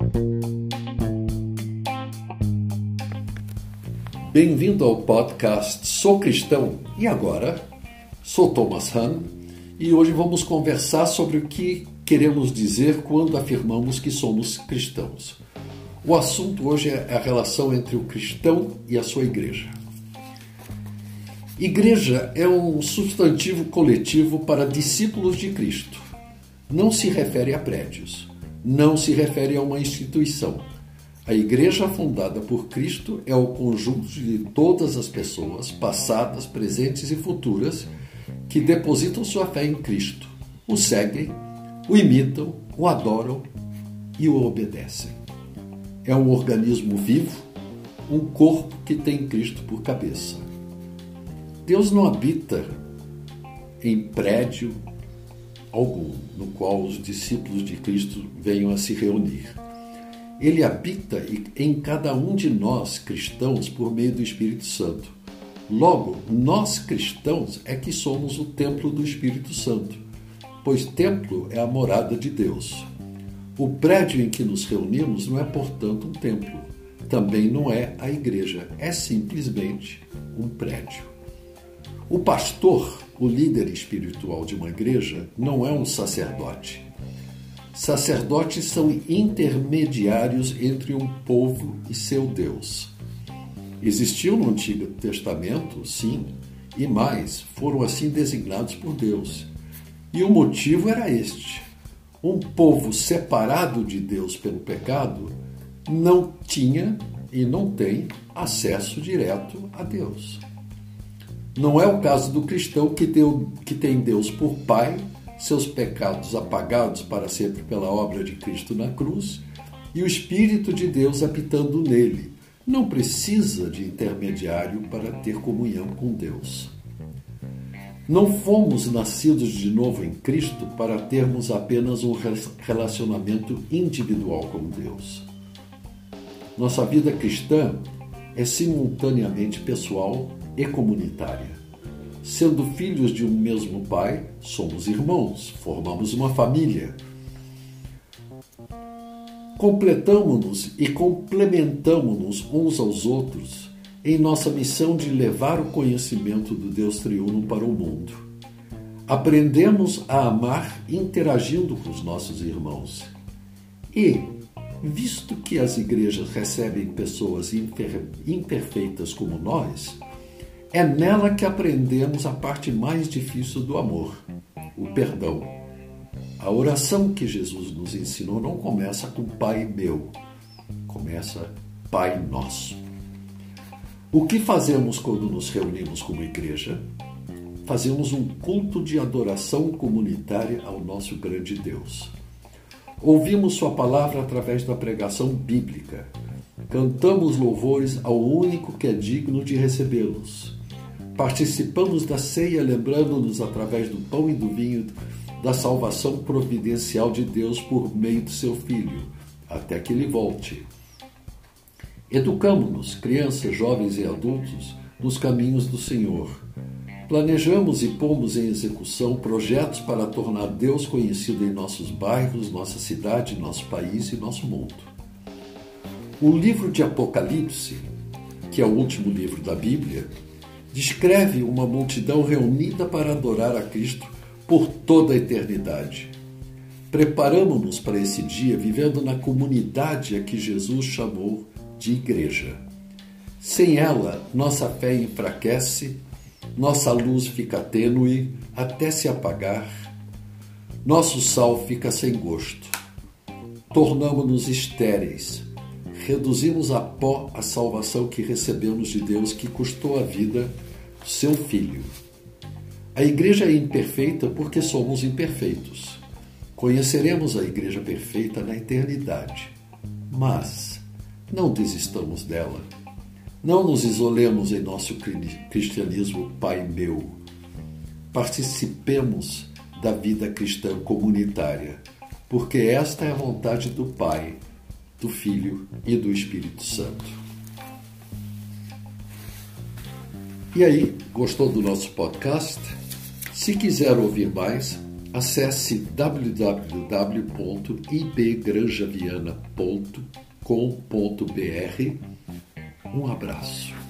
Bem-vindo ao podcast Sou Cristão e Agora? Sou Thomas Hahn e hoje vamos conversar sobre o que queremos dizer quando afirmamos que somos cristãos. O assunto hoje é a relação entre o cristão e a sua igreja. Igreja é um substantivo coletivo para discípulos de Cristo. Não se refere a prédios, não se refere a uma instituição. A igreja fundada por Cristo é o conjunto de todas as pessoas, passadas, presentes e futuras, que depositam sua fé em Cristo, o seguem, o imitam, o adoram e o obedecem. É um organismo vivo, um corpo que tem Cristo por cabeça. Deus não habita em prédio algum, no qual os discípulos de Cristo venham a se reunir. Ele habita em cada um de nós, cristãos, por meio do Espírito Santo. Logo, nós cristãos é que somos o templo do Espírito Santo, pois templo é a morada de Deus. O prédio em que nos reunimos não é, portanto, um templo. Também não é a igreja, é simplesmente um prédio. O pastor, o líder espiritual de uma igreja, não é um sacerdote. Sacerdotes são intermediários entre um povo e seu Deus. Existiu no Antigo Testamento, sim, e mais, foram assim designados por Deus. E o motivo era este: um povo separado de Deus pelo pecado não tinha e não tem acesso direto a Deus. Não é o caso do cristão que tem Deus por Pai, seus pecados apagados para sempre pela obra de Cristo na cruz e o Espírito de Deus habitando nele. Não precisa de intermediário para ter comunhão com Deus. Não fomos nascidos de novo em Cristo para termos apenas um relacionamento individual com Deus. Nossa vida cristã é simultaneamente pessoal e comunitária. Sendo filhos de um mesmo pai, somos irmãos, formamos uma família. Completamo-nos e complementamo-nos uns aos outros em nossa missão de levar o conhecimento do Deus triuno para o mundo. Aprendemos a amar interagindo com os nossos irmãos. E, visto que as igrejas recebem pessoas imperfeitas como nós, é nela que aprendemos a parte mais difícil do amor, o perdão. A oração que Jesus nos ensinou não começa com Pai meu, começa Pai nosso. O que fazemos quando nos reunimos como igreja? Fazemos um culto de adoração comunitária ao nosso grande Deus. Ouvimos sua palavra através da pregação bíblica. Cantamos louvores ao único que é digno de recebê-los. Participamos da ceia, lembrando-nos através do pão e do vinho da salvação providencial de Deus por meio do seu Filho, até que ele volte. Educamo-nos, crianças, jovens e adultos, nos caminhos do Senhor. Planejamos e pomos em execução projetos para tornar Deus conhecido em nossos bairros, nossa cidade, nosso país e nosso mundo. O livro de Apocalipse, que é o último livro da Bíblia, descreve uma multidão reunida para adorar a Cristo por toda a eternidade. Preparamo-nos para esse dia vivendo na comunidade a que Jesus chamou de igreja. Sem ela, nossa fé enfraquece, nossa luz fica tênue até se apagar, nosso sal fica sem gosto. Tornamo-nos estéreis, reduzimos a pó a salvação que recebemos de Deus, que custou a vida do seu Filho. A igreja é imperfeita porque somos imperfeitos. Conheceremos a igreja perfeita na eternidade. Mas não desistamos dela. Não nos isolemos em nosso cristianismo Pai meu. Participemos da vida cristã comunitária, porque esta é a vontade do Pai, do Filho e do Espírito Santo. E aí, gostou do nosso podcast? Se quiser ouvir mais, Acesse www.ibgranjaviana.com.br. Um abraço.